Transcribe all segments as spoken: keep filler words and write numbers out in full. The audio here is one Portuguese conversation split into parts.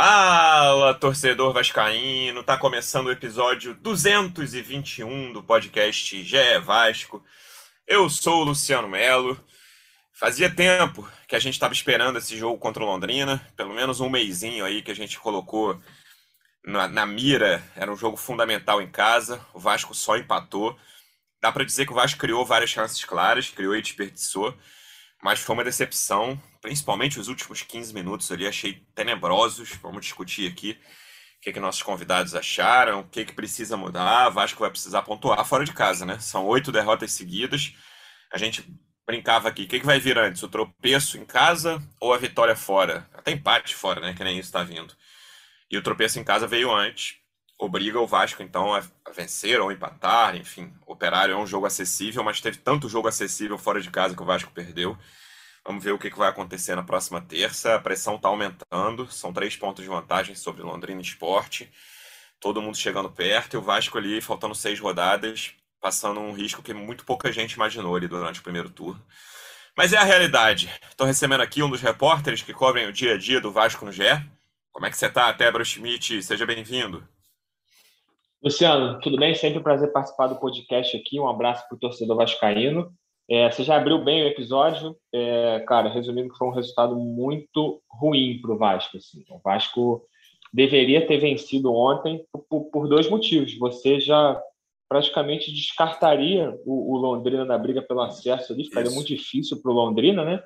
Fala, torcedor vascaíno! Tá começando o episódio duzentos e vinte e um do podcast G E Vasco. Eu sou o Luciano Melo. Fazia tempo que a gente estava esperando esse jogo contra o Londrina, pelo menos um mesinho aí que a gente colocou na, na mira. Era um jogo fundamental em casa, o Vasco só empatou. Dá para dizer que o Vasco criou várias chances claras, criou e desperdiçou, mas foi uma decepção, principalmente os últimos quinze minutos ali, achei tenebrosos. Vamos discutir aqui o que, que nossos convidados acharam, o que, que precisa mudar. O Vasco vai precisar pontuar fora de casa, né? São oito derrotas seguidas. A gente brincava aqui, o que, que vai vir antes? O tropeço em casa ou a vitória fora? Até empate fora, né? Que nem isso tá vindo. E o tropeço em casa veio antes. Obriga o Vasco, então, a vencer ou empatar, enfim. O Operário é um jogo acessível, mas teve tanto jogo acessível fora de casa que o Vasco perdeu. Vamos ver o que vai acontecer na próxima terça. A pressão está aumentando, são três pontos de vantagem sobre Londrina e Sport. Todo mundo chegando perto e o Vasco ali, faltando seis rodadas, passando um risco que muito pouca gente imaginou ali durante o primeiro turno. Mas é a realidade. Estou recebendo aqui um dos repórteres que cobrem o dia a dia do Vasco no G E. Como é que você está, Débora Schmidt? Seja bem-vindo. Luciano, tudo bem? Sempre um prazer participar do podcast aqui. Um abraço para o torcedor vascaíno. É, você já abriu bem o episódio. É, cara, resumindo, que foi um resultado muito ruim para o Vasco. Assim. O Vasco deveria ter vencido ontem por, por dois motivos. Você já praticamente descartaria o, o Londrina na briga pelo acesso ali. Ficaria Isso. muito difícil para o Londrina, né?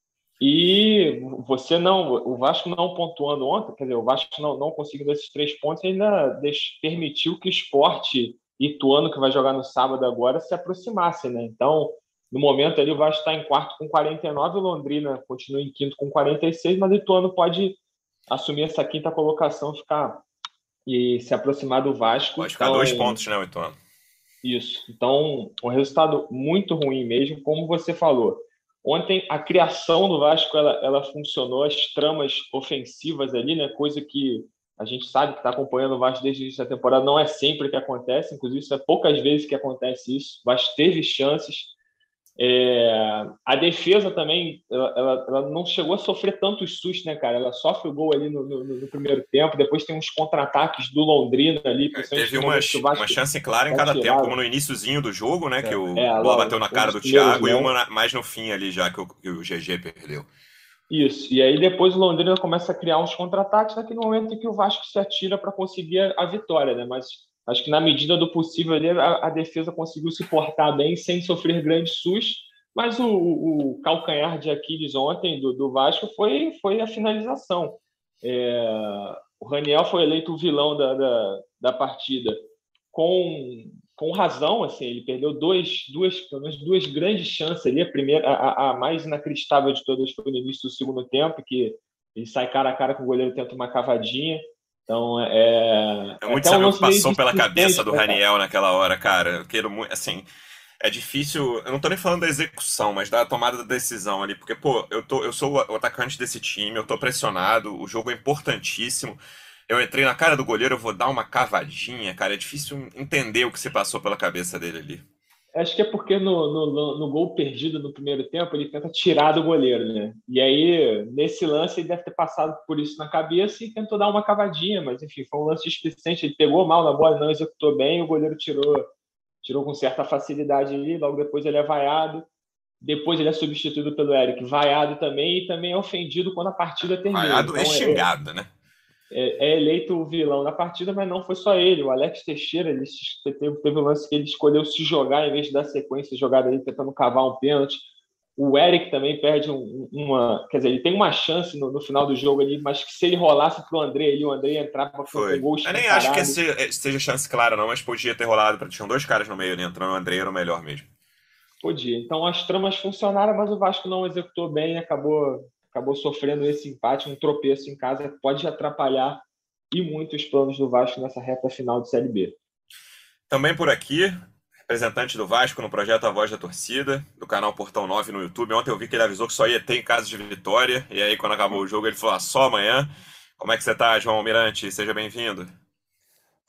E você não, o Vasco não pontuando ontem, quer dizer, o Vasco não, não conseguindo esses três pontos, ainda deix, permitiu que o Sport e Ituano, que vai jogar no sábado agora, se aproximasse, né? Então, no momento ali, o Vasco está em quarto com quarenta e nove, o Londrina continua em quinto com quarenta e seis, mas o Ituano pode assumir essa quinta colocação, ficar e se aproximar do Vasco. Pode ficar Então, dois pontos, né, Ituano? isso. Então, um resultado muito ruim mesmo, como você falou. Ontem, a criação do Vasco, ela, ela funcionou, as tramas ofensivas ali, né? Coisa que a gente sabe que está acompanhando o Vasco desde o início da temporada, não é sempre que acontece, inclusive, isso é poucas vezes que acontece isso. O Vasco teve chances. É, a defesa também, ela, ela, ela não chegou a sofrer tantos sustos, né, cara? Ela sofre o gol ali no, no, no primeiro tempo, depois tem uns contra-ataques do Londrina ali, principalmente Teve no uma, momento que o uma Vasco chance clara em está cada tempo, como tirado. no iniciozinho do jogo, né? Que o É, bola lá, bateu na um cara dos do primeiros Thiago, e uma lances. na- mais no fim ali, já que o, que o G G perdeu. Isso. E aí depois o Londrina começa a criar uns contra-ataques naquele momento em que o Vasco se atira para conseguir a, a vitória, né? Mas acho que na medida do possível ali, a, a defesa conseguiu se portar bem sem sofrer grandes sustos. Mas o, o, o calcanhar de Aquiles ontem do, do Vasco foi, foi a finalização. É, o Raniel foi eleito o vilão da, da, da partida com, com razão, assim, ele perdeu dois, duas, pelo menos duas grandes chances ali. A primeira, a, a mais inacreditável de todas foi no início do segundo tempo, que ele sai cara a cara com o goleiro, tenta uma cavadinha. Então, é, É é muito até um saber o que lance meio passou pela cabeça displicente, do né, cara? Raniel naquela hora, cara. Eu quero muito, assim, é difícil. Eu não tô nem falando da execução, mas da tomada da decisão ali, porque, pô, eu tô, eu sou o atacante desse time, eu tô pressionado, o jogo é importantíssimo. Eu entrei na cara do goleiro, eu vou dar uma cavadinha, cara. É difícil entender o que se passou pela cabeça dele ali. Acho que é porque no, no, no gol perdido no primeiro tempo ele tenta tirar do goleiro, né? E aí, nesse lance, ele deve ter passado por isso na cabeça e tentou dar uma cavadinha, mas enfim, foi um lance displicente. Ele pegou mal na bola, não executou bem, o goleiro tirou, tirou com certa facilidade ali. Logo depois ele é vaiado, depois ele é substituído pelo Eric, vaiado também, e também é ofendido quando a partida termina. Vaiado e Então é, xingado, né? é, é eleito o vilão da partida, mas não foi só ele. O Alex Teixeira, ele teve, teve um lance que ele escolheu se jogar em vez de dar sequência jogada ali, tentando cavar um pênalti. O Eric também perde um, uma. Quer dizer, ele tem uma chance no, no final do jogo ali, mas que se ele rolasse para o André ali, o André entrava com um Foi. gol Eu nem acho que escancarado. esse, seja chance clara, não, mas podia ter rolado. Pra... Tinham dois caras no meio ali entrando, o André era o melhor mesmo. Podia. Então as tramas funcionaram, mas o Vasco não executou bem, acabou, acabou sofrendo esse empate, um tropeço em casa que pode atrapalhar e muito os planos do Vasco nessa reta final de Série B. Também por aqui, representante do Vasco no projeto A Voz da Torcida, do canal Portão nove no YouTube. Ontem eu vi que ele avisou que só ia ter em caso de vitória, e aí quando acabou o jogo ele falou, ah, só amanhã. Como é que você tá, João Almirante? Seja bem-vindo.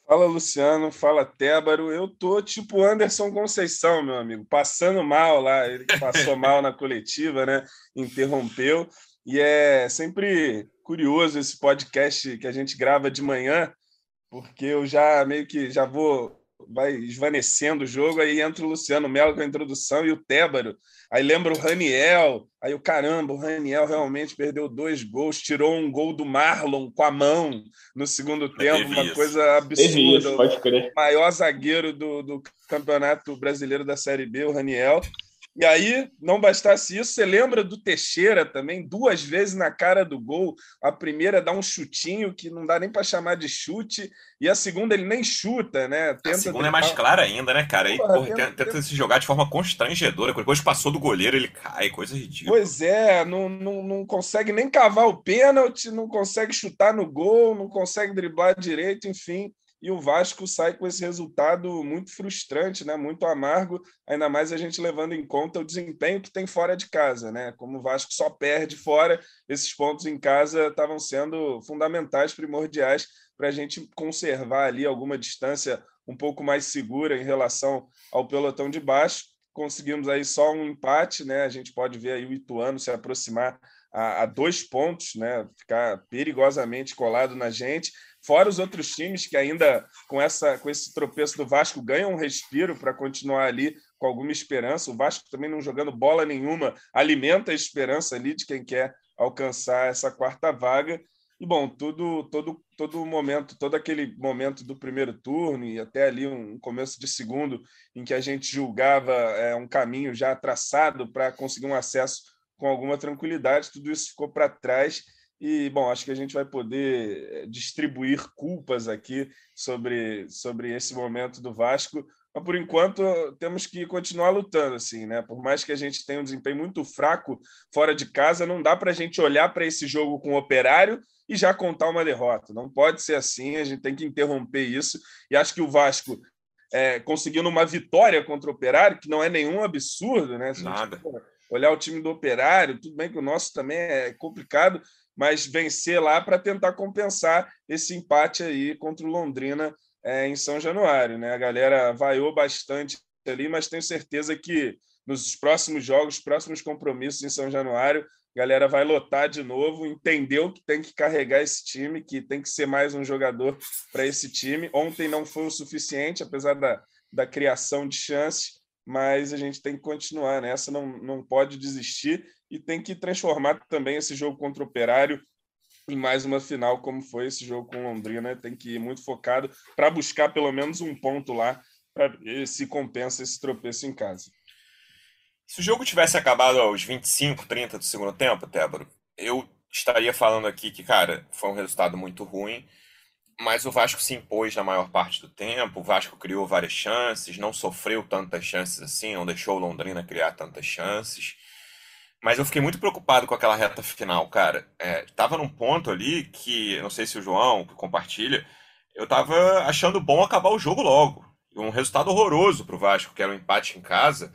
Fala, Luciano. Fala, Tébaro. Eu tô tipo Anderson Conceição, meu amigo, passando mal lá. Ele que passou mal na coletiva, né? Interrompeu. E é sempre curioso esse podcast que a gente grava de manhã, porque eu já meio que já vou vai esvanecendo o jogo, aí entra o Luciano Melo com a introdução e o Tébaro, aí lembra o Raniel, aí o caramba, o Raniel realmente perdeu dois gols, tirou um gol do Marlon com a mão no segundo tempo, uma Teve isso. coisa Teve absurda, isso, o pode crer. maior zagueiro do, do Campeonato Brasileiro da Série B, o Raniel. E aí, não bastasse isso, você lembra do Teixeira também, duas vezes na cara do gol. A primeira dá um chutinho que não dá nem para chamar de chute, e a segunda ele nem chuta, né? A Tenta segunda é mais driblar. clara ainda, né, cara? Aí, Porra, porra, tenta, tenta, tenta tenta... se jogar de forma constrangedora. Depois passou do goleiro, ele cai, coisa ridícula. Pois é, não, não, não consegue nem cavar o pênalti, não consegue chutar no gol, não consegue driblar direito, enfim. E o Vasco sai com esse resultado muito frustrante, né? Muito amargo, ainda mais a gente levando em conta o desempenho que tem fora de casa, né? Como o Vasco só perde fora, esses pontos em casa estavam sendo fundamentais, primordiais para a gente conservar ali alguma distância um pouco mais segura em relação ao pelotão de baixo. Conseguimos aí só um empate, né? A gente pode ver aí o Ituano se aproximar a, a dois pontos, né? Ficar perigosamente colado na gente. Fora os outros times que ainda, com, essa, com esse tropeço do Vasco, ganham um respiro para continuar ali com alguma esperança. O Vasco também não jogando bola nenhuma, alimenta a esperança ali de quem quer alcançar essa quarta vaga. E, bom, tudo, todo, todo momento, todo aquele momento do primeiro turno e até ali um começo de segundo, em que a gente julgava é, um caminho já traçado para conseguir um acesso com alguma tranquilidade, tudo isso ficou para trás. E, bom, acho que a gente vai poder distribuir culpas aqui sobre, sobre esse momento do Vasco. Mas, por enquanto, temos que continuar lutando, assim, né? Por mais que a gente tenha um desempenho muito fraco fora de casa, não dá para a gente olhar para esse jogo com o Operário e já contar uma derrota. Não pode ser assim, a gente tem que interromper isso. E acho que o Vasco, é, conseguindo uma vitória contra o Operário, que não é nenhum absurdo, né? Se a gente Nada. olhar o time do Operário, tudo bem que o nosso também é complicado, mas vencer lá para tentar compensar esse empate aí contra o Londrina é, em São Januário, né? A galera vaiou bastante ali, mas tenho certeza que nos próximos jogos, próximos compromissos em São Januário, a galera vai lotar de novo, entendeu que tem que carregar esse time, que tem que ser mais um jogador para esse time. Ontem não foi o suficiente, apesar da, da criação de chances, mas a gente tem que continuar nessa, não, não pode desistir e tem que transformar também esse jogo contra o Operário em mais uma final, como foi esse jogo com o Londrina. Tem que ir muito focado para buscar pelo menos um ponto lá, para ver se compensa esse tropeço em casa. Se o jogo tivesse acabado aos vinte e cinco, trinta do segundo tempo, Tébaro, eu estaria falando aqui que, cara, foi um resultado muito ruim, mas o Vasco se impôs na maior parte do tempo, o Vasco criou várias chances, não sofreu tantas chances assim, não deixou o Londrina criar tantas chances. Mas eu fiquei muito preocupado com aquela reta final, cara. É, tava num ponto ali que, não sei se o João compartilha, eu tava achando bom acabar o jogo logo. Um resultado horroroso pro Vasco, que era um empate em casa.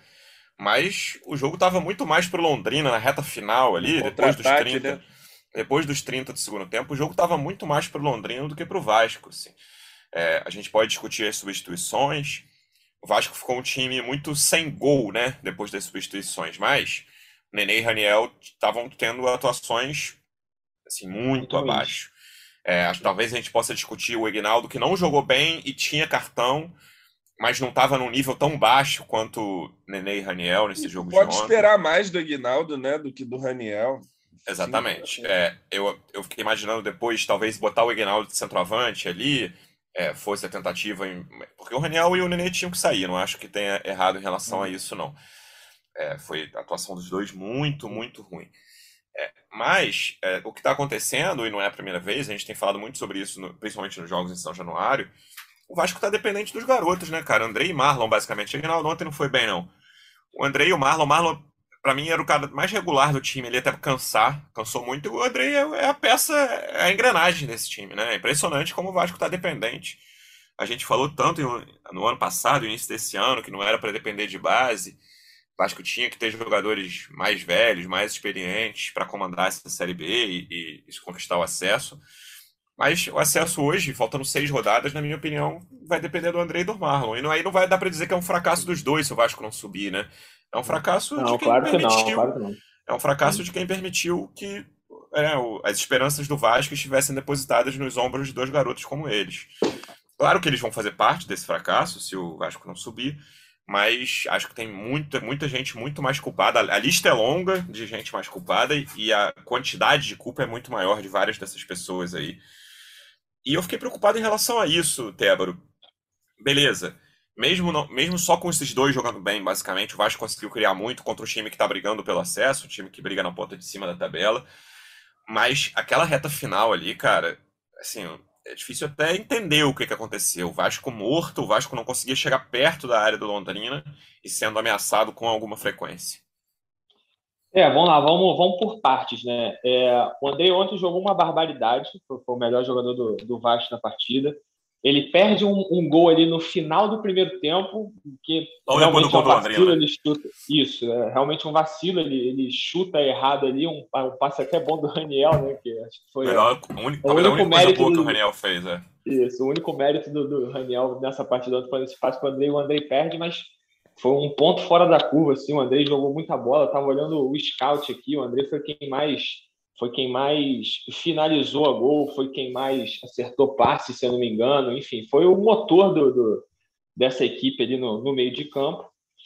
Mas o jogo tava muito mais pro Londrina na reta final Um ali, depois dos contra-ataque, trinta, né? depois dos trinta do segundo tempo, o jogo tava muito mais pro Londrina do que pro Vasco, assim. É, a gente pode discutir as substituições. O Vasco ficou um time muito sem gol, né? Depois das substituições, mas Nenê e Raniel estavam tendo atuações assim, muito Muito ruins. abaixo. É, acho que talvez a gente possa discutir o Ignaldo, que não jogou bem e tinha cartão, mas não estava num nível tão baixo quanto Nenê e Raniel nesse E tu jogo de pode ontem. esperar mais do Aguinaldo, né, do que do Raniel. Exatamente. Sim, É, eu, eu fiquei imaginando depois, talvez, botar o Ignaldo de centroavante ali, é, fosse a tentativa. Em... Porque o Raniel e o Nenê tinham que sair, não acho que tenha errado em relação a isso, não. É, foi a atuação dos dois muito, muito ruim. É, mas é, o que está acontecendo, e não é a primeira vez, a gente tem falado muito sobre isso, no- principalmente nos jogos em São Januário, o Vasco está dependente dos garotos, né, cara? Andrei e Marlon, basicamente. O Ignaldo ontem não foi bem, não. O Andrei e o Marlon, o Marlon, pra mim, era o cara mais regular do time. Ele ia até cansar, cansou muito. E o Andrei é é a peça, é a engrenagem desse time, né? É impressionante como o Vasco tá dependente. A gente falou tanto em- no ano passado, no início desse ano, que não era para depender de base. O Vasco tinha que ter jogadores mais velhos, mais experientes para comandar essa Série B e, e- e conquistar o acesso. Mas o acesso hoje, faltando seis rodadas, na minha opinião, vai depender do André e do Marlon. E não- aí não vai dar para dizer que é um fracasso dos dois se o Vasco não subir, né? É um fracasso de Não, quem claro que não, permitiu. claro que não. É um fracasso Sim. de quem permitiu que é, o- as esperanças do Vasco estivessem depositadas nos ombros de dois garotos como eles. Claro que eles vão fazer parte desse fracasso se o Vasco não subir, mas acho que tem muita, muita gente muito mais culpada. A lista é longa de gente mais culpada e e a quantidade de culpa é muito maior de várias dessas pessoas aí. E eu fiquei preocupado em relação a isso, Tébaro. Beleza. Mesmo, não- mesmo só com esses dois jogando bem, basicamente, o Vasco conseguiu criar muito contra um time que tá brigando pelo acesso, um time que briga na ponta de cima da tabela. Mas aquela reta final ali, cara, assim, é difícil até entender o que que aconteceu. O Vasco morto, o Vasco não conseguia chegar perto da área do Londrina e sendo ameaçado com alguma frequência. É, vamos lá, vamos, vamos por partes, né? É, o Andrei ontem jogou uma barbaridade, foi, foi o melhor jogador do, do Vasco na partida. Ele perde um, um gol ali no final do primeiro tempo, que Logo depois do realmente é gol um do Londrina, vacilo, né? ele chuta. Isso, é realmente um vacilo, ele, ele chuta errado ali, um, um passe até bom do Raniel, né? Que acho que foi é, Melhor, a única, o talvez a único única coisa mérito boa que o do, Raniel fez, é. isso, o único mérito do, do Raniel nessa partida ontem foi esse passe para o Andrei. O Andrei perde, mas foi um ponto fora da curva. Assim, o Andrei jogou muita bola. Estava olhando o scout aqui. O Andrei foi quem mais foi quem mais finalizou a gol, foi quem mais acertou passe, se eu não me engano. Enfim, foi o motor do, do dessa equipe ali no, no meio de campo.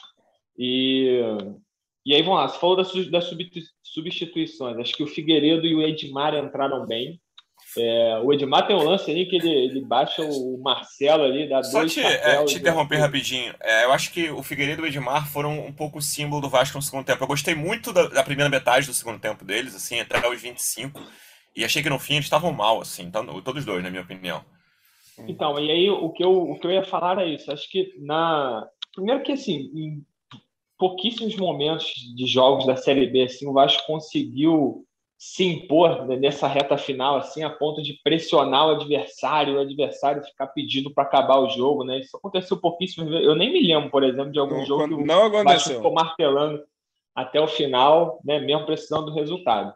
E, e aí, vamos lá, você falou das, das substituições. Acho que o Figueiredo e o Edmar entraram bem. É, o Edmar tem um lance ali que ele, ele baixa o Marcelo ali, dá Só dois te, é, te chapéus. Né? interromper rapidinho. É, eu acho que o Figueiredo e o Edmar foram um pouco o símbolo do Vasco no segundo tempo. Eu gostei muito da, da primeira metade do segundo tempo deles, assim, até os vinte e cinco. E achei que no fim eles estavam mal, assim, então, todos dois, na minha opinião. Então, e aí o que, eu, o que eu ia falar era isso. Acho que na. Primeiro que assim, em pouquíssimos momentos de jogos da Série B, assim, o Vasco conseguiu se impor, né, nessa reta final, assim, a ponto de pressionar o adversário, o adversário ficar pedindo para acabar o jogo, né? Isso aconteceu pouquíssimas vezes. Eu nem me lembro, por exemplo, de algum Não, jogo que o não Vasco aconteceu. ficou martelando até o final, né, mesmo precisando do resultado.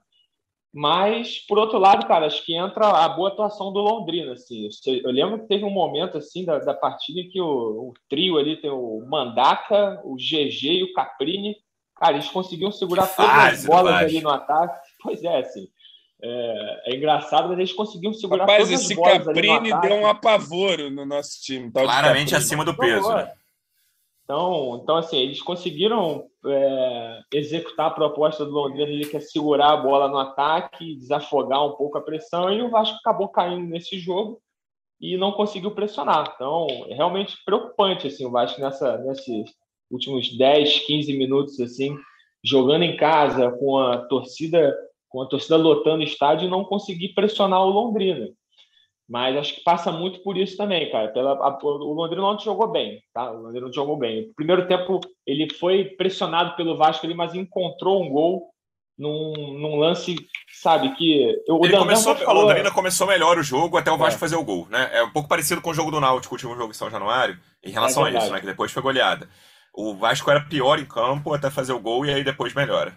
Mas, por outro lado, cara, acho que entra a boa atuação do Londrina. Assim. Eu lembro que teve um momento assim da, da partida em que o, o trio ali tem o Mandaca, o G G e o Caprini. Cara, eles conseguiam Que segurar todas as fase do bolas ali Vasco. no ataque. Pois é, assim. É, é engraçado, mas eles conseguiam segurar Rapaz, todas as esse bolas ali no Caprini deu ataque. um apavoro no nosso time, tal de Claramente Caprini. acima do Por peso, favor. né? Então, então, assim, eles conseguiram é, executar a proposta do Londrina, ele quer segurar a bola no ataque, desafogar um pouco a pressão, e o Vasco acabou caindo nesse jogo e não conseguiu pressionar. Então, é realmente preocupante assim, o Vasco nessa, nesses últimos dez, quinze minutos, assim, jogando em casa, com a torcida, com a torcida lotando o estádio e não conseguir pressionar o Londrina. Mas acho que passa muito por isso também, cara. Pela, a, o Londrina não jogou bem, tá? O Londrina não jogou bem. No primeiro tempo, ele foi pressionado pelo Vasco ali, mas encontrou um gol num, num lance, sabe, que... O Ele Dandan começou, até o falou... Londrina começou melhor o jogo até o Vasco É, fazer o gol, né? É um pouco parecido com o jogo do Náutico, o último jogo em São Januário, em é relação a isso, né? verdade. Que depois foi goleada. O Vasco era pior em campo até fazer o gol e aí depois melhora.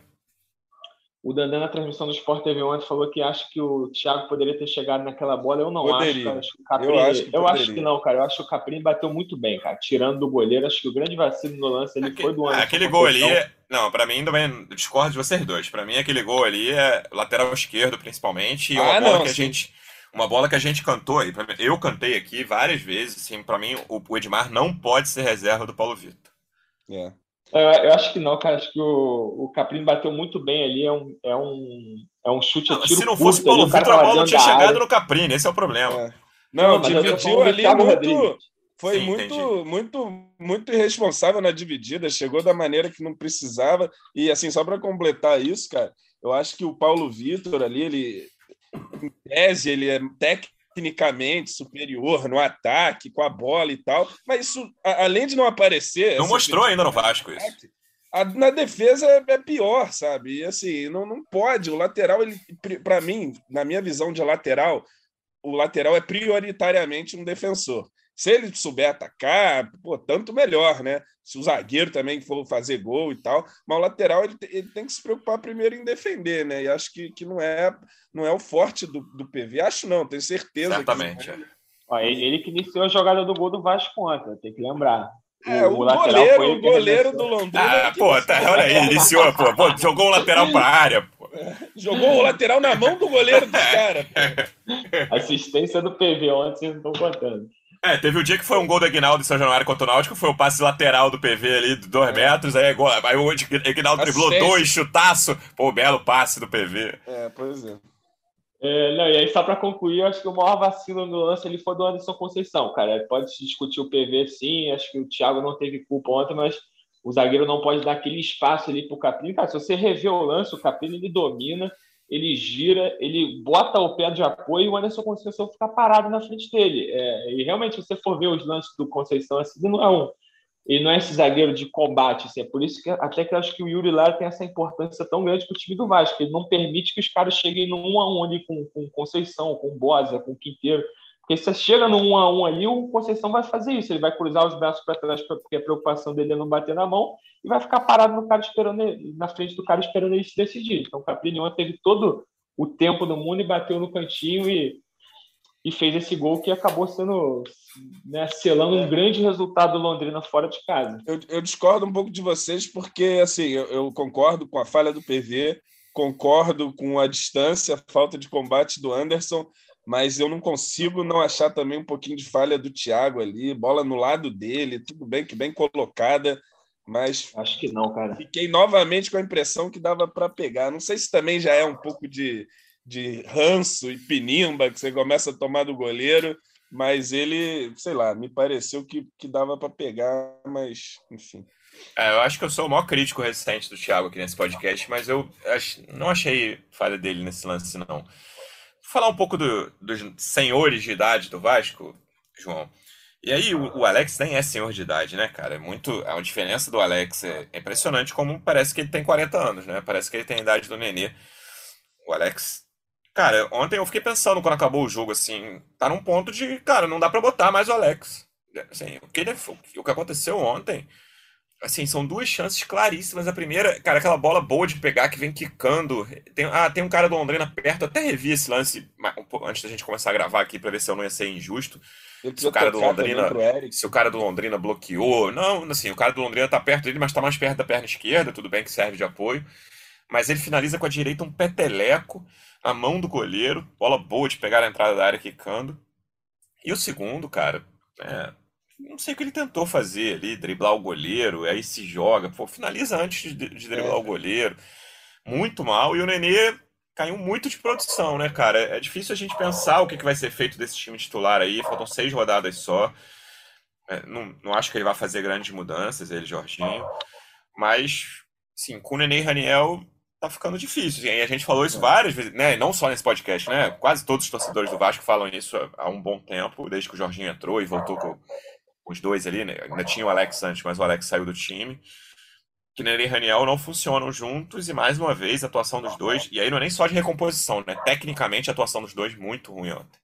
O Dandan, na transmissão do Sport T V ontem, falou que acha que o Thiago poderia ter chegado naquela bola. Eu não acho, cara. Poderia. Acho que o Eu acho Caprini... que Eu acho que poderia. não, cara. Eu acho que o Caprini bateu muito bem, cara. Tirando do goleiro. Acho que o grande vacilo no lance ele Aque- foi do ah, Anderson aquele gol ali, Conceição. não, pra mim também discordo de vocês dois. Pra mim aquele gol ali é lateral esquerdo principalmente e uma Ah, bola não, que a sim. gente, uma bola que a gente cantou aí. Pra mim- Eu cantei aqui várias vezes, assim, para mim o, o Edmar não pode ser reserva do Paulo Vitor. É. Eu, eu acho que não, cara. Acho que o, o Caprini bateu muito bem ali. É um, é um, é um chute a Não, se tiro não fosse o curto ali. Paulo O cara Vitor, a tava bola não dentro tinha da chegado área. no Caprini, esse é o problema. É. Não, Não, mas eu tô dividiu falando do ali Thiago Rodrigues. muito. Foi Sim, entendi. muito, muito, muito irresponsável na dividida. Chegou da maneira que não precisava. E assim, só para completar isso, cara, eu acho que o Paulo Vitor ali, ele, em tese, ele é tecnicamente superior no ataque, com a bola e tal. Mas isso, a- além de não aparecer, Não essa mostrou ainda no efetividade Vasco no isso. ataque, a- na defesa é, é pior, sabe? E assim, não, não pode. O lateral, ele, para mim, na minha visão de lateral, o lateral é prioritariamente um defensor. Se ele souber atacar, pô, tanto melhor, né? Se o zagueiro também for fazer gol e tal, mas o lateral ele, ele tem que se preocupar primeiro em defender, né? E acho que, que não, é, não é o forte do, do P V. Acho não, tenho certeza. Certamente. Que... Ó, ele que iniciou a jogada do gol do Vasco ontem, tem que lembrar. É, o, o goleiro, o goleiro do Londrina. Ah, pô, tá, olha aí, iniciou, pô, pô, jogou o lateral para a área, pô. Jogou o lateral na mão do goleiro dos caras. Assistência do P V ontem, vocês não estão contando. É, teve o dia que foi um gol do Aguinaldo em São Januário contra o Náutico, foi o passe lateral do P V ali, de dois é. metros, aí, aí o Aguinaldo driblou dois, chutaço, pô, belo passe do P V. É, pois é. É, não, e aí, só para concluir, eu acho que o maior vacilo no lance ali foi do Anderson Conceição, cara. Pode se discutir o P V, sim, acho que o Thiago não teve culpa ontem, mas o zagueiro não pode dar aquele espaço ali pro Caprini. Cara, se você rever o lance, o Caprini ele domina, ele gira, ele bota o pé de apoio e o Anderson Conceição fica parado na frente dele. É, e realmente, se você for ver os lances do Conceição, assim, ele não é um, ele não é esse zagueiro de combate. Assim, é por isso que até que eu acho que o Yuri Lara tem essa importância tão grande para o time do Vasco. Ele não permite que os caras cheguem no um a um ali com, com Conceição, com Bosa, com Quinteiro. Porque se você chega no um a um ali, o Conceição vai fazer isso. Ele vai cruzar os braços para trás, porque a preocupação dele é não bater na mão, e vai ficar parado no cara esperando ele, na frente do cara esperando ele se decidir. Então o Caprini teve todo o tempo do mundo e bateu no cantinho e, e fez esse gol que acabou sendo, né, selando um grande resultado do Londrina fora de casa. Eu, eu discordo um pouco de vocês, porque assim, eu, eu concordo com a falha do P V, concordo com a distância, a falta de combate do Anderson, mas eu não consigo não achar também um pouquinho de falha do Thiago ali, bola no lado dele, tudo bem que bem colocada, mas acho que não, cara. Fiquei novamente com a impressão que dava para pegar. Não sei se também já é um pouco de, de ranço e pinimba que você começa a tomar do goleiro, mas ele, sei lá, me pareceu que, que dava para pegar, mas enfim. É, eu acho que eu sou o maior crítico recente do Thiago aqui nesse podcast, mas eu ach, não achei falha dele nesse lance, não. Vou falar um pouco do, dos senhores de idade do Vasco, João. E aí, o, o Alex nem é senhor de idade, né, cara? É muito, a diferença do Alex é impressionante, como parece que ele tem quarenta anos, né? Parece que ele tem a idade do Nenê. O Alex... Cara, ontem eu fiquei pensando quando acabou o jogo, assim, tá num ponto de, cara, não dá pra botar mais o Alex. Assim, o que, ele, o que aconteceu ontem, assim, são duas chances claríssimas. A primeira, cara, aquela bola boa de pegar que vem quicando. Tem, ah, tem um cara do Londrina perto, eu até revi esse lance antes da gente começar a gravar aqui pra ver se eu não ia ser injusto. Se o cara do Londrina, se o cara do Londrina bloqueou. Não, assim, o cara do Londrina tá perto dele, mas tá mais perto da perna esquerda, tudo bem que serve de apoio. Mas ele finaliza com a direita um peteleco na mão do goleiro, bola boa de pegar a entrada da área quicando. E o segundo, cara, é, não sei o que ele tentou fazer ali, driblar o goleiro, aí se joga, pô, finaliza antes de, de driblar é. o goleiro. Muito mal, e o Nenê caiu muito de produção, né, cara? É difícil a gente pensar o que vai ser feito desse time titular aí, faltam seis rodadas só. É, não, não acho que ele vai fazer grandes mudanças, ele, Jorginho. Mas, sim, com o Nenê e Raniel tá ficando difícil. E a gente falou isso várias vezes, né? Não só nesse podcast, né? Quase todos os torcedores do Vasco falam isso há um bom tempo, desde que o Jorginho entrou e voltou com os dois ali, né? Ainda tinha o Alex antes, mas o Alex saiu do time. Que Nenê e Raniel não funcionam juntos e, mais uma vez, a atuação dos dois... E aí não é nem só de recomposição, né? Tecnicamente, a atuação dos dois muito ruim ontem.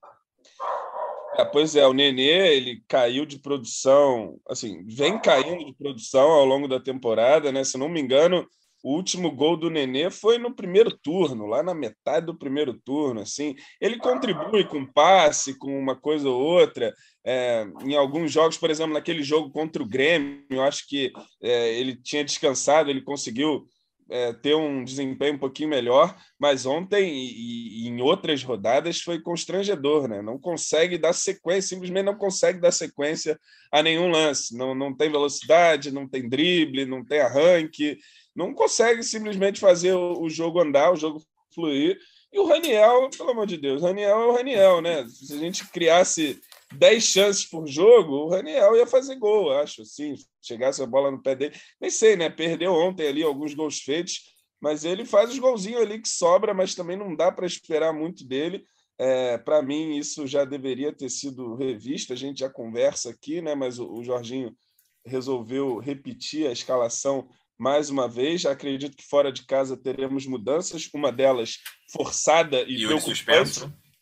É, pois é, o Nenê, ele caiu de produção, assim, vem caindo de produção ao longo da temporada, né? Se não me engano, o último gol do Nenê foi no primeiro turno, lá na metade do primeiro turno, assim. Ele contribui com passe, com uma coisa ou outra. É, em alguns jogos, por exemplo, naquele jogo contra o Grêmio, eu acho que é, ele tinha descansado, ele conseguiu é, ter um desempenho um pouquinho melhor, mas ontem e, e em outras rodadas foi constrangedor, né? Não consegue dar sequência, simplesmente não consegue dar sequência a nenhum lance. Não, não tem velocidade, não tem drible, não tem arranque, não consegue simplesmente fazer o, o jogo andar, o jogo fluir. E o Raniel, pelo amor de Deus, o Raniel é o Raniel, né? Se a gente criasse dez chances por jogo, o Raniel ia fazer gol, acho, assim, chegasse a bola no pé dele. Nem sei, né? Perdeu ontem ali alguns gols feitos, mas ele faz os golzinhos ali que sobra, mas também não dá para esperar muito dele. É, para mim, isso já deveria ter sido revisto, a gente já conversa aqui, né? Mas o, o Jorginho resolveu repetir a escalação mais uma vez. Acredito que fora de casa teremos mudanças, uma delas forçada e, e preocupante.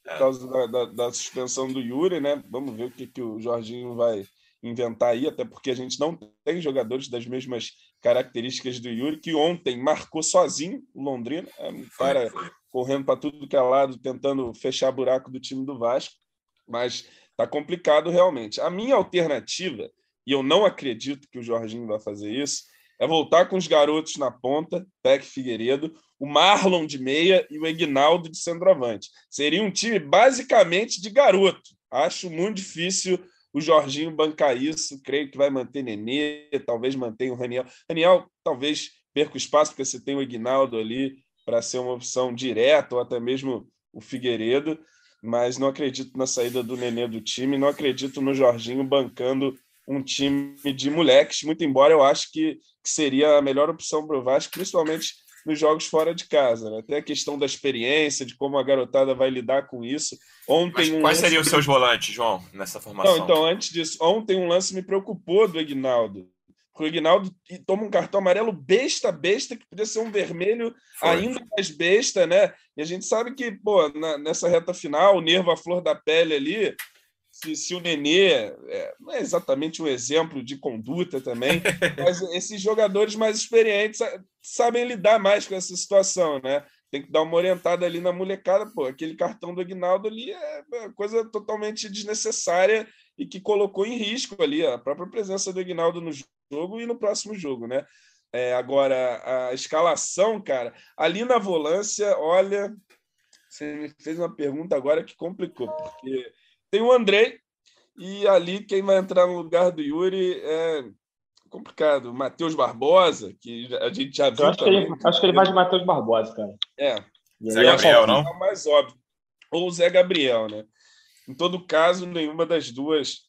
por causa da, da, da suspensão do Yuri, né? Vamos ver o que, que o Jorginho vai inventar aí, até porque a gente não tem jogadores das mesmas características do Yuri, que ontem marcou sozinho o Londrina, é um cara correndo para tudo que é lado, tentando fechar buraco do time do Vasco, mas tá complicado realmente. A minha alternativa, e eu não acredito que o Jorginho vai fazer isso, é voltar com os garotos na ponta, Peck e Figueiredo, o Marlon de meia e o Egnaldo de centroavante. Seria um time basicamente de garoto. Acho muito difícil o Jorginho bancar isso. Creio que vai manter Nenê, talvez mantenha o Raniel. Raniel talvez perca o espaço, porque você tem o Egnaldo ali para ser uma opção direta, ou até mesmo o Figueiredo, mas não acredito na saída do Nenê do time, não acredito no Jorginho bancando um time de moleques, muito embora eu acho que, que seria a melhor opção para o Vasco, principalmente nos jogos fora de casa, né? Tem a questão da experiência, de como a garotada vai lidar com isso. Ontem Mas um quais lance... seriam os seus volantes, João, nessa formação? Não, então, antes disso, ontem um lance me preocupou do Egnaldo. O Egnaldo toma um cartão amarelo besta, besta, que podia ser um vermelho Foi. ainda mais besta, né? E a gente sabe que, pô, na, nessa reta final, o nervo à flor da pele ali, Se, se o Nenê é, não é exatamente um exemplo de conduta também, mas esses jogadores mais experientes sabem lidar mais com essa situação, né? Tem que dar uma orientada ali na molecada. Pô, aquele cartão do Egnaldo ali é coisa totalmente desnecessária e que colocou em risco ali a própria presença do Egnaldo no jogo e no próximo jogo, né? É, agora, a escalação, cara, ali na volância, olha, você me fez uma pergunta agora que complicou, porque tem o Andrei, e ali quem vai entrar no lugar do Yuri é complicado. Matheus Barbosa, que a gente já viu. Eu acho, também, que, ele, acho que ele vai de Matheus Barbosa, cara. É. Zé Gabriel, não? É o mais óbvio. Ou o Zé Gabriel, né? Em todo caso, nenhuma das duas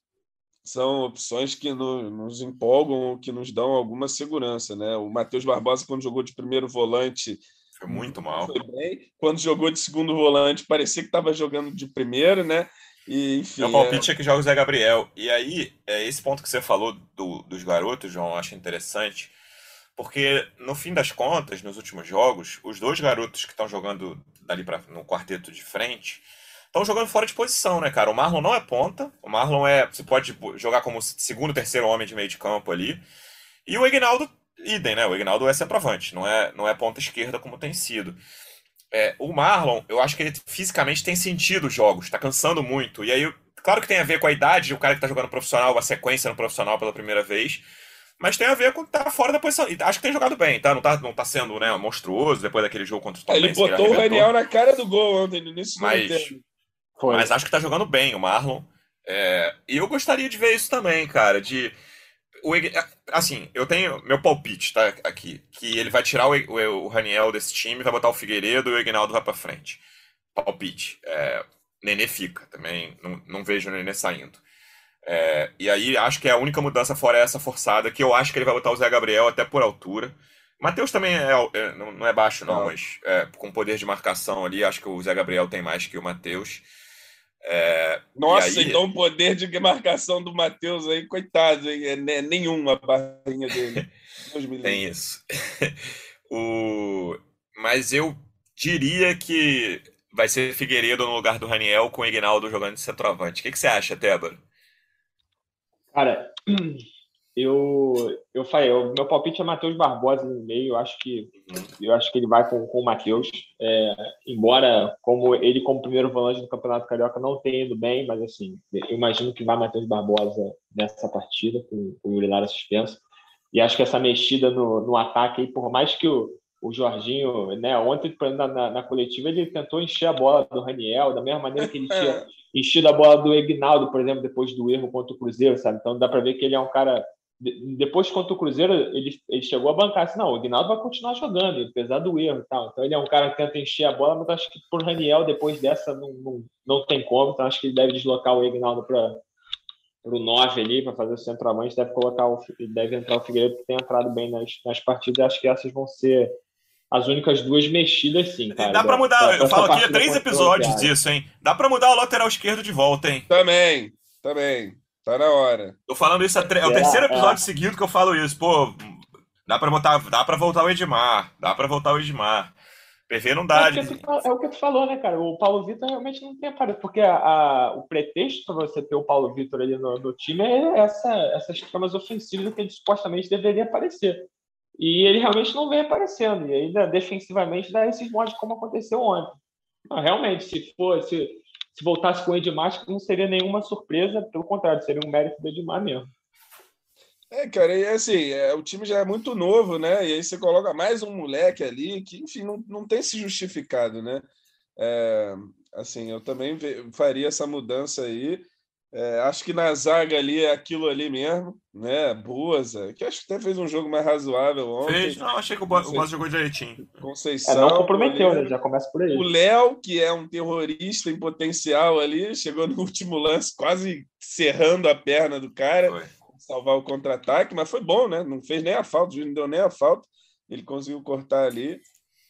são opções que no, nos empolgam ou que nos dão alguma segurança, né? O Matheus Barbosa, quando jogou de primeiro volante, foi muito mal. Foi bem. Quando jogou de segundo volante, parecia que estava jogando de primeiro, né? E, enfim, Meu palpite é... é que joga o Zé Gabriel. E aí, é esse ponto que você falou do, dos garotos, João, eu acho interessante, porque no fim das contas, nos últimos jogos, os dois garotos que estão jogando dali pra, no quarteto de frente estão jogando fora de posição, né, cara? O Marlon não é ponta, o Marlon é. Você pode jogar como segundo, terceiro homem de meio de campo ali. E o Egnaldo, idem, né? O Egnaldo é centroavante, não é, não é ponta esquerda como tem sido. É, o Marlon, eu acho que ele fisicamente tem sentido os jogos, tá cansando muito. E aí, claro que tem a ver com a idade, o cara que tá jogando profissional, a sequência no profissional pela primeira vez, mas tem a ver com tá fora da posição. E acho que tem jogado bem, tá? Não tá, não tá sendo, né, monstruoso depois daquele jogo contra o Tom Ele botou ele o Raniel na cara do gol ontem, no início do mas, mas acho que tá jogando bem o Marlon. É, e eu gostaria de ver isso também, cara, de... O, assim, eu tenho meu palpite, tá, aqui, que ele vai tirar o, o, o Raniel desse time, vai botar o Figueiredo e o Egnaldo vai pra frente. Palpite. É, Nenê fica, também não, não vejo o Nenê saindo. É, e aí acho que é a única mudança fora essa forçada, que eu acho que ele vai botar o Zé Gabriel até por altura. Matheus também é, é, não é baixo não, não. mas é, com poder de marcação ali, acho que o Zé Gabriel tem mais que o Matheus. É, Nossa, aí... então o poder de marcação do Matheus aí, coitado, hein? É nenhum a barrinha dele. Tem isso. o... Mas eu diria que vai ser Figueiredo no lugar do Raniel com o Egnaldo jogando de centroavante. O que, que você acha, Tébaro? Cara, eu, eu falei, o meu palpite é Matheus Barbosa no meio. Eu acho que, eu acho que ele vai com, com o Matheus. É, embora como ele, como primeiro volante do Campeonato Carioca, não tenha ido bem, mas assim, eu imagino que vai Matheus Barbosa nessa partida, com, com o Yuri Lara suspenso. E acho que essa mexida no, no ataque, aí, por mais que o, o Jorginho, né, ontem na, na, na coletiva, ele tentou encher a bola do Raniel, da mesma maneira que ele tinha enchido a bola do Egnaldo, por exemplo, depois do erro contra o Cruzeiro, sabe? Então dá para ver que ele é um cara. Depois contra o Cruzeiro, ele, ele chegou a bancar assim, não, o Egnaldo vai continuar jogando, apesar do erro e tal. Então ele é um cara que tenta encher a bola, mas acho que por Raniel, depois dessa, não, não, não tem como. Então acho que ele deve deslocar o Egnaldo para o nove ali, para fazer o centroavante, deve colocar o, deve entrar o Figueiredo, que tem entrado bem nas, nas partidas. Acho que essas vão ser as únicas duas mexidas, sim, cara. Dá pra mudar, da, eu falo aqui, é três episódios disso, hein? Dá pra mudar o lateral esquerdo de volta, hein? Também, também. Tá na hora. Tô falando isso, é o terceiro episódio é. seguido que eu falo isso. Pô, dá pra, botar, dá pra voltar o Edmar, dá pra voltar o Edmar. P V não É, dá. porque tu fal- é o que tu falou, né, cara? O Paulo Vitor realmente não tem aparelho, porque a, a- o pretexto para você ter o Paulo Vitor ali no, no time é essa, essas tramas ofensivas que ele supostamente deveria aparecer. E ele realmente não vem aparecendo. E ainda defensivamente dá esses modos como aconteceu ontem. Não, realmente, se for, se, se voltasse com o Edmar, não seria nenhuma surpresa, pelo contrário, seria um mérito do Edmar mesmo. É, cara, e assim, é, o time já é muito novo, né? E aí você coloca mais um moleque ali que, enfim, não, não tem se justificado, né? É, assim, eu também ve- faria essa mudança aí. É, acho que na zaga ali é aquilo ali mesmo, né? Buasa, que acho que até fez um jogo mais razoável Fez. ontem. Não, achei que o Bo- o Concei- Bosa jogou direitinho. É, não Conceição, comprometeu, né? goleiro. Já começa por O aí. Léo, que é um terrorista em potencial ali, chegou no último lance quase serrando a perna do cara, Foi. salvar o contra-ataque, mas foi bom, né? Não fez nem a falta, o juiz não deu nem a falta, ele conseguiu cortar ali.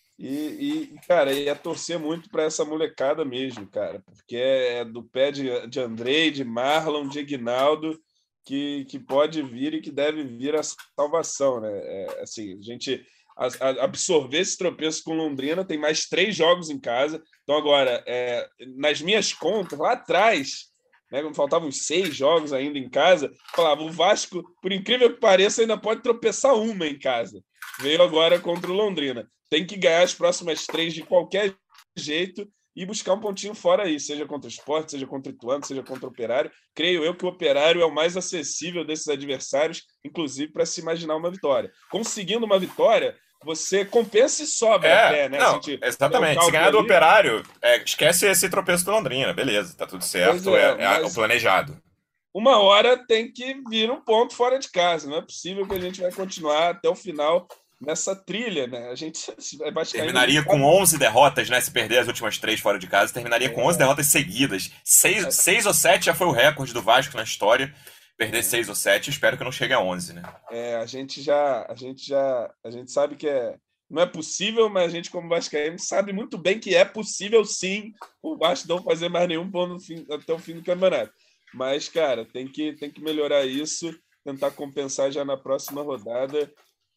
E, e cara, ia torcer muito para essa molecada mesmo, cara, porque é do pé de, de Andrei, de Marlon, de Aguinaldo, que, que pode vir e que deve vir a salvação, né? É, assim, a gente a- a- absorver esse tropeço com Londrina, tem mais três jogos em casa. Então, agora, é, nas minhas contas, lá atrás, né, quando faltavam uns seis jogos ainda em casa, falava, o Vasco, por incrível que pareça, ainda pode tropeçar uma em casa. Veio agora contra o Londrina. Tem que ganhar as próximas três de qualquer jeito e buscar um pontinho fora aí, seja contra o Sport, seja contra o Ituano, seja contra o Operário. Creio eu que o Operário é o mais acessível desses adversários, inclusive para se imaginar uma vitória. Conseguindo uma vitória, você compensa e sobra É, até, né? não, A gente exatamente. Se ganhar do ali. Operário, é, esquece esse tropeço do Londrina, beleza, tá tudo Pois certo, é, é, é o mas planejado. uma hora tem que vir um ponto fora de casa. Não é possível que a gente vai continuar até o final nessa trilha, né? A gente é vascaíno, a gente Terminaria com sabe. onze derrotas, né? Se perder as últimas três fora de casa, terminaria com onze É, derrotas seguidas. Seis, seis ou sete já foi o recorde do Vasco na história. Perder seis ou sete, espero que não chegue a onze, né? é, a gente já, a gente já, a gente sabe que é, não é possível, mas a gente como vascaíno sabe muito bem que é possível sim o Vasco não fazer mais nenhum ponto no fim- até o fim do campeonato. Mas, cara, tem que, tem que melhorar isso, tentar compensar já na próxima rodada,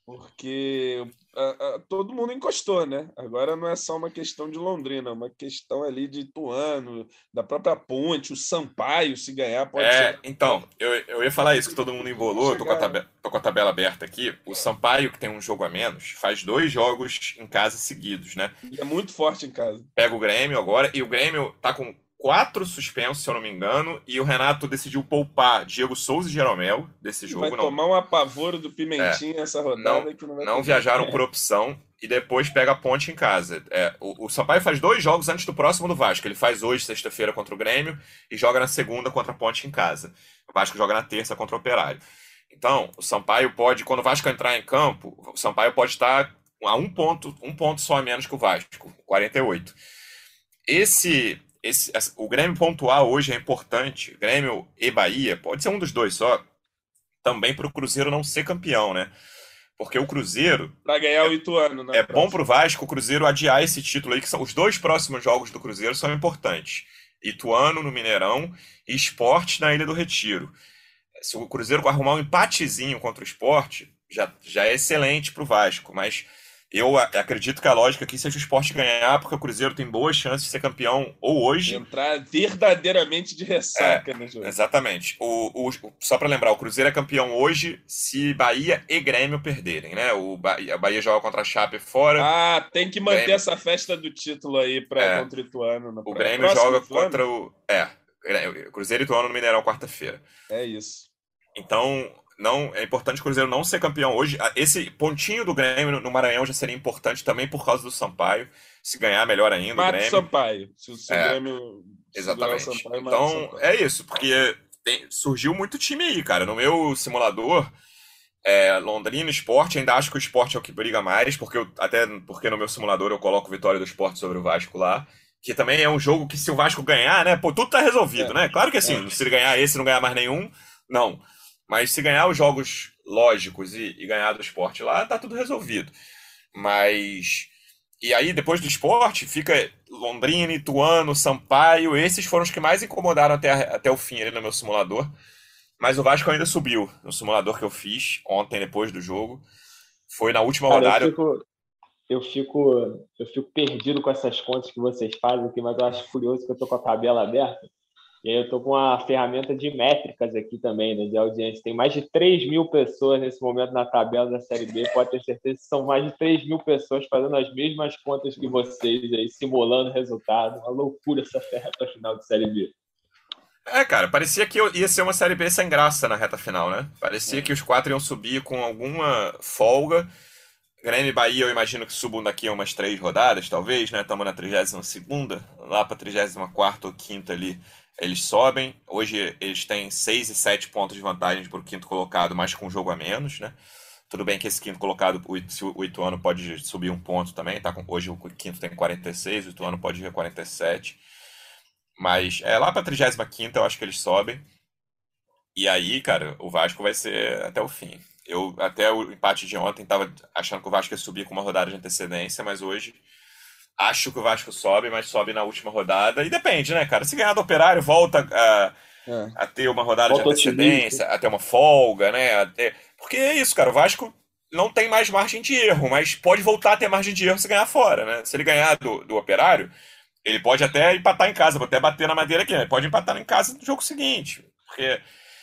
porque a- a- todo mundo encostou, né? Agora não é só uma questão de Londrina, é uma questão ali de Ituano, da própria Ponte, o Sampaio, se ganhar, pode É, chegar. então, eu, eu ia falar isso, que todo mundo embolou, eu tô com a, Chegar, né? tabe- tô com a tabela aberta aqui. O Sampaio, que tem um jogo a menos, faz dois jogos em casa seguidos, né? E é muito forte em casa. Pega o Grêmio agora, e o Grêmio tá com quatro suspensos, se eu não me engano, e o Renato decidiu poupar Diego Souza e Jeromel desse E vai jogo, não, tomar um apavoro do é, Pimentinha essa não, rodada que não vai não ter jeito. viajaram por opção, e depois pega a Ponte em casa. É, o, o Sampaio faz dois jogos antes do próximo do Vasco, ele faz hoje, sexta-feira, contra o Grêmio, e joga na segunda contra a Ponte em casa. O Vasco joga na terça contra o Operário. Então, o Sampaio pode, quando o Vasco entrar em campo, o Sampaio pode estar a um ponto, um ponto só a menos que o Vasco, quarenta e oito. Esse, esse, o Grêmio pontuar hoje é importante. Grêmio e Bahia, pode ser um dos dois só, também para o Cruzeiro não ser campeão, né? Porque o Cruzeiro Para ganhar o Ituano na é bom próxima. para o Vasco, o Cruzeiro adiar esse título aí, que são os dois próximos jogos do Cruzeiro são importantes. Ituano no Mineirão e Sport na Ilha do Retiro. Se o Cruzeiro arrumar um empatezinho contra o Sport, já, já é excelente para o Vasco, mas eu a- acredito que a lógica aqui seja o Sport ganhar, porque o Cruzeiro tem boas chances de ser campeão ou hoje. Entrar verdadeiramente de ressaca, né, Júlio? Exatamente. O, o- só para lembrar, o Cruzeiro é campeão hoje se Bahia e Grêmio perderem, né? O Bahia, a Bahia joga contra a Chape fora. Ah, tem que manter Grêmio. essa festa do título aí para É. contra o Ituano. No O pró- Grêmio próximo joga Ituano? contra o. É, Cruzeiro e Ituano no Mineirão quarta-feira. É isso. Então, não é importante o Cruzeiro não ser campeão hoje. Ah, esse pontinho do Grêmio no Maranhão já seria importante também por causa do Sampaio. Se ganhar, melhor ainda o Mata o Grêmio. Sampaio. Se o se o É, Grêmio segurar o Exatamente. Sampaio, mata o Então, Sampaio. é isso, porque tem- surgiu muito time aí, cara. No meu simulador, é, Londrina Sport, ainda acho que o Sport é o que briga mais, porque eu- até porque no meu simulador eu coloco vitória do Sport sobre o Vasco lá. Que também é um jogo que, se o Vasco ganhar, né? Pô, tudo tá resolvido, É. né? Claro que assim, É. se ele ganhar esse e não ganhar mais nenhum, não. Mas se ganhar os jogos lógicos e, e ganhar do Sport lá, tá tudo resolvido. Mas. E aí, depois do Sport, fica Londrina, Ituano, Sampaio. Esses foram os que mais incomodaram até, até o fim ali no meu simulador. Mas o Vasco ainda subiu no simulador que eu fiz ontem, depois do jogo. Foi na última Cara, eu rodada. fico, eu fico, eu fico perdido com essas contas que vocês fazem aqui, mas eu acho curioso que eu estou com a tabela aberta. E aí eu estou com uma ferramenta de métricas aqui também, né, de audiência. Tem mais de três mil pessoas nesse momento na tabela da Série B. Pode ter certeza que são mais de três mil pessoas fazendo as mesmas contas que vocês aí, simulando resultado. Uma loucura essa reta final de Série B. É, cara, parecia que ia ser uma Série B sem graça na reta final, né? Parecia é. que os quatro iam subir com alguma folga. Grêmio e Bahia, eu imagino que subam daqui a umas três rodadas, talvez, né? Estamos na trigésima segunda, lá para a trigésima quarta ou quinta ali, eles sobem. Hoje eles têm seis e sete pontos de vantagem para o quinto colocado, mas com um jogo a menos, né? Tudo bem que esse quinto colocado, o Ituano pode subir um ponto também, tá? Hoje o quinto tem quarenta e seis, o Ituano pode ir a quarenta e sete. Mas é lá para a trigésima quinta eu acho que eles sobem. E aí, cara, o Vasco vai ser até o fim. Eu, até o empate de ontem, estava achando que o Vasco ia subir com uma rodada de antecedência, mas hoje acho que o Vasco sobe, mas sobe na última rodada. E depende, né, cara? Se ganhar do Operário, volta a, é. a ter uma rodada volta de antecedência, a ter uma folga, né? A ter... Porque é isso, cara. O Vasco não tem mais margem de erro, mas pode voltar a ter margem de erro se ganhar fora, né? Se ele ganhar do, do Operário, ele pode até empatar em casa, pode até bater na madeira aqui, né? Ele pode empatar em casa no jogo seguinte, porque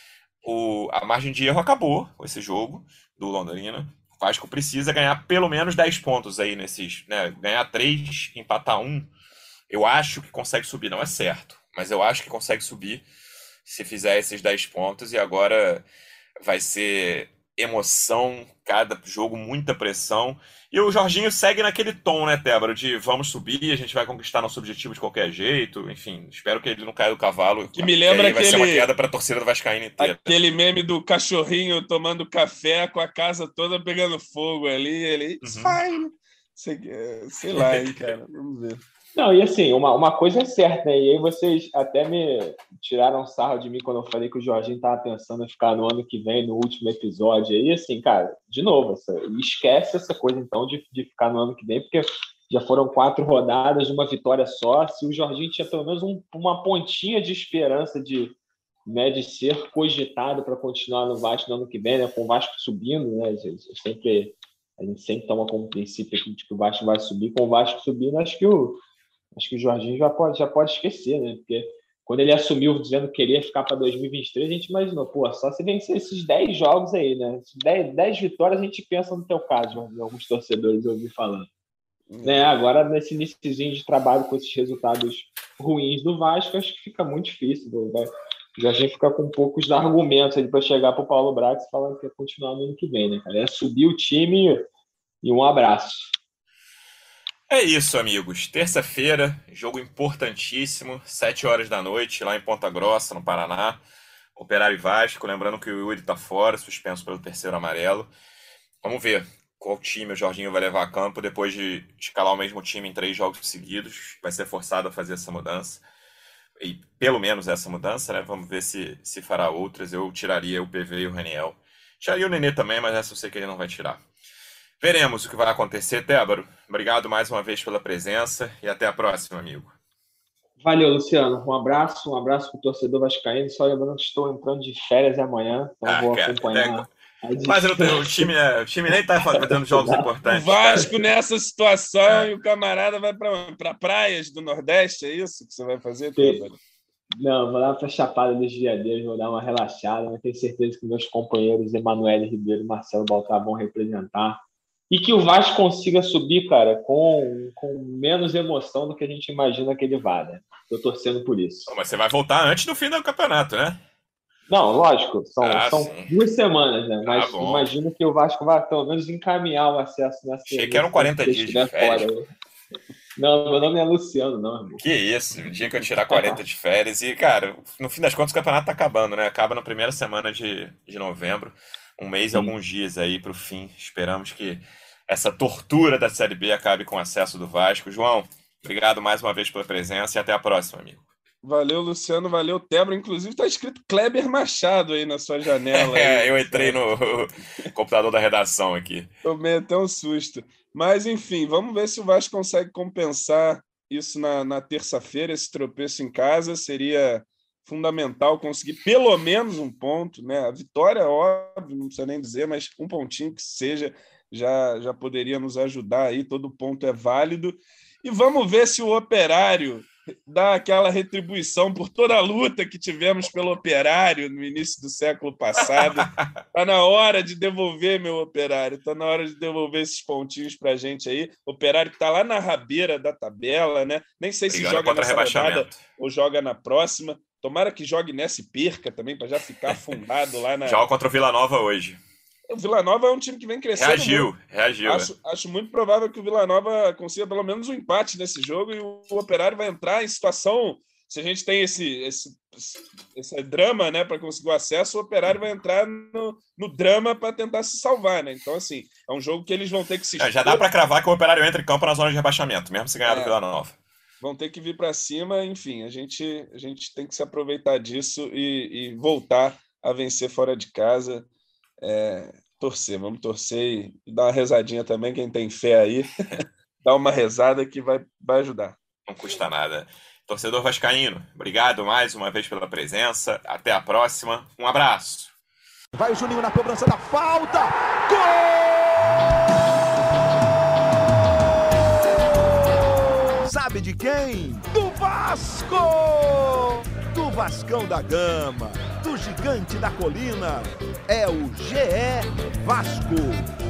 o, a margem de erro acabou com esse jogo do Londrina. O Vasco precisa ganhar pelo menos dez pontos aí nesses, né? Ganhar três, empatar um. Eu acho que consegue subir, não é certo, mas eu acho que consegue subir se fizer esses dez pontos. E agora vai ser emoção, cada jogo, muita pressão. E o Jorginho segue naquele tom, né, Tébaro, de vamos subir, a gente vai conquistar nosso objetivo de qualquer jeito. Enfim, espero que ele não caia do cavalo. Que me lembra que vai aquele... ser uma queda para a torcida do Vascaíno inteira. Aquele meme do cachorrinho tomando café com a casa toda pegando fogo ali. Ele, it's uhum. fine. Sei, sei lá, hein, cara. Vamos ver. Não, e assim, uma, uma coisa é certa, né? E aí vocês até me tiraram sarro de mim quando eu falei que o Jorginho estava pensando em ficar no ano que vem, no último episódio. E assim, cara, de novo, essa, esquece essa coisa então de, de ficar no ano que vem, porque já foram quatro rodadas de uma vitória só. Se o Jorginho tinha pelo menos um, uma pontinha de esperança de, né, de ser cogitado para continuar no Vasco no ano que vem, né, com o Vasco subindo, né? A gente sempre, a gente sempre toma como princípio aqui de que o Vasco vai subir. Com o Vasco subindo, acho que o Acho que o Jorginho já pode, já pode esquecer, né? Porque quando ele assumiu dizendo que queria ficar para dois mil e vinte e três, a gente imaginou, pô, só se vencer esses dez jogos aí, né? dez, dez vitórias a gente pensa no teu caso, alguns torcedores eu ouvi falando. Uhum. Né? Agora, nesse iniciozinho de trabalho com esses resultados ruins do Vasco, acho que fica muito difícil. Né? O Jorginho fica com poucos argumentos ali para chegar para o Paulo Brax falando que quer continuar no ano que vem, né, cara? É subir o time e um abraço. É isso, amigos. Terça-feira, jogo importantíssimo, sete horas da noite, lá em Ponta Grossa, no Paraná. Operário e Vasco, lembrando que o Yuri tá fora, suspenso pelo terceiro amarelo. Vamos ver qual time o Jorginho vai levar a campo depois de escalar o mesmo time em três jogos seguidos. Vai ser forçado a fazer essa mudança. E pelo menos essa mudança, né? Vamos ver se, se fará outras. Eu tiraria o P V e o Raniel. Tiraria o Nenê também, mas essa eu sei que ele não vai tirar. Veremos o que vai acontecer, Tébaro. Obrigado mais uma vez pela presença e até a próxima, amigo. Valeu, Luciano. Um abraço, um abraço para o torcedor vascaíno. Só lembrando que estou entrando de férias amanhã, então ah, vou cara, acompanhar. É... Mas eu tenho, o, time é, o time nem está fazendo jogos importantes. O Vasco cara. Nessa situação é. E o camarada vai para pra praias do Nordeste, é isso que você vai fazer, Tébaro? Não, vou lá para a Chapada dos Veadeiros, vou dar uma relaxada, mas tenho certeza que meus companheiros Emanuele Ribeiro e Marcelo Baltar vão representar. E que o Vasco consiga subir, cara, com, com menos emoção do que a gente imagina que ele vá, né? Estou torcendo por isso. Mas você vai voltar antes do fim do campeonato, né? Não, lógico. São, ah, são duas semanas, né? Mas ah, imagino que o Vasco vai, pelo menos, encaminhar o acesso nessa... Achei que eram quarenta dias de férias. Fora. Não, meu nome é Luciano, não, amigo. Que isso, o dia que eu tirar quarenta de férias. E, cara, no fim das contas, o campeonato tá acabando, né? Acaba na primeira semana de, de novembro. Um mês e alguns dias aí pro fim. Esperamos que essa tortura da Série B acabe com o acesso do Vasco. João, obrigado mais uma vez pela presença e até a próxima, amigo. Valeu, Luciano, valeu, Tébaro. Inclusive tá escrito Kleber Machado aí na sua janela. É, aí, eu entrei no computador da redação aqui. Tomei até um susto. Mas, enfim, vamos ver se o Vasco consegue compensar isso na, na terça-feira, esse tropeço em casa. Seria fundamental conseguir pelo menos um ponto, né? A vitória, óbvio, não precisa nem dizer, mas um pontinho que seja já, já poderia nos ajudar aí, todo ponto é válido. E vamos ver se o Operário dá aquela retribuição por toda a luta que tivemos pelo Operário no início do século passado. Está na hora de devolver, meu Operário, está na hora de devolver esses pontinhos para a gente aí. Operário que está lá na rabeira da tabela, né? Nem sei se joga nessa rodada ou joga na próxima. Tomara que jogue nessa e perca também, para já ficar afundado lá na... Joga contra o Vila Nova hoje. O Vila Nova é um time que vem crescendo. Reagiu, muito. reagiu. Acho, é. acho muito provável que o Vila Nova consiga pelo menos um empate nesse jogo e o Operário vai entrar em situação. Se a gente tem esse, esse, esse drama, né, para conseguir o acesso, o Operário vai entrar no, no drama para tentar se salvar, né? Então, assim, é um jogo que eles vão ter que se expor. É, já dá para cravar que o Operário entra em campo na zona de rebaixamento, mesmo se ganhar é. do Vila Nova. Vão ter que vir para cima, enfim, a gente, a gente tem que se aproveitar disso e, e voltar a vencer fora de casa. É, torcer, vamos torcer e dar uma rezadinha também, quem tem fé aí, dá uma rezada que vai, vai ajudar. Não custa nada. Torcedor vascaíno, obrigado mais uma vez pela presença, até a próxima, um abraço. Vai o Juninho na cobrança da falta, gol! Sabe de quem? Do Vasco! Do Vascão da Gama, do Gigante da Colina, é o G E Vasco.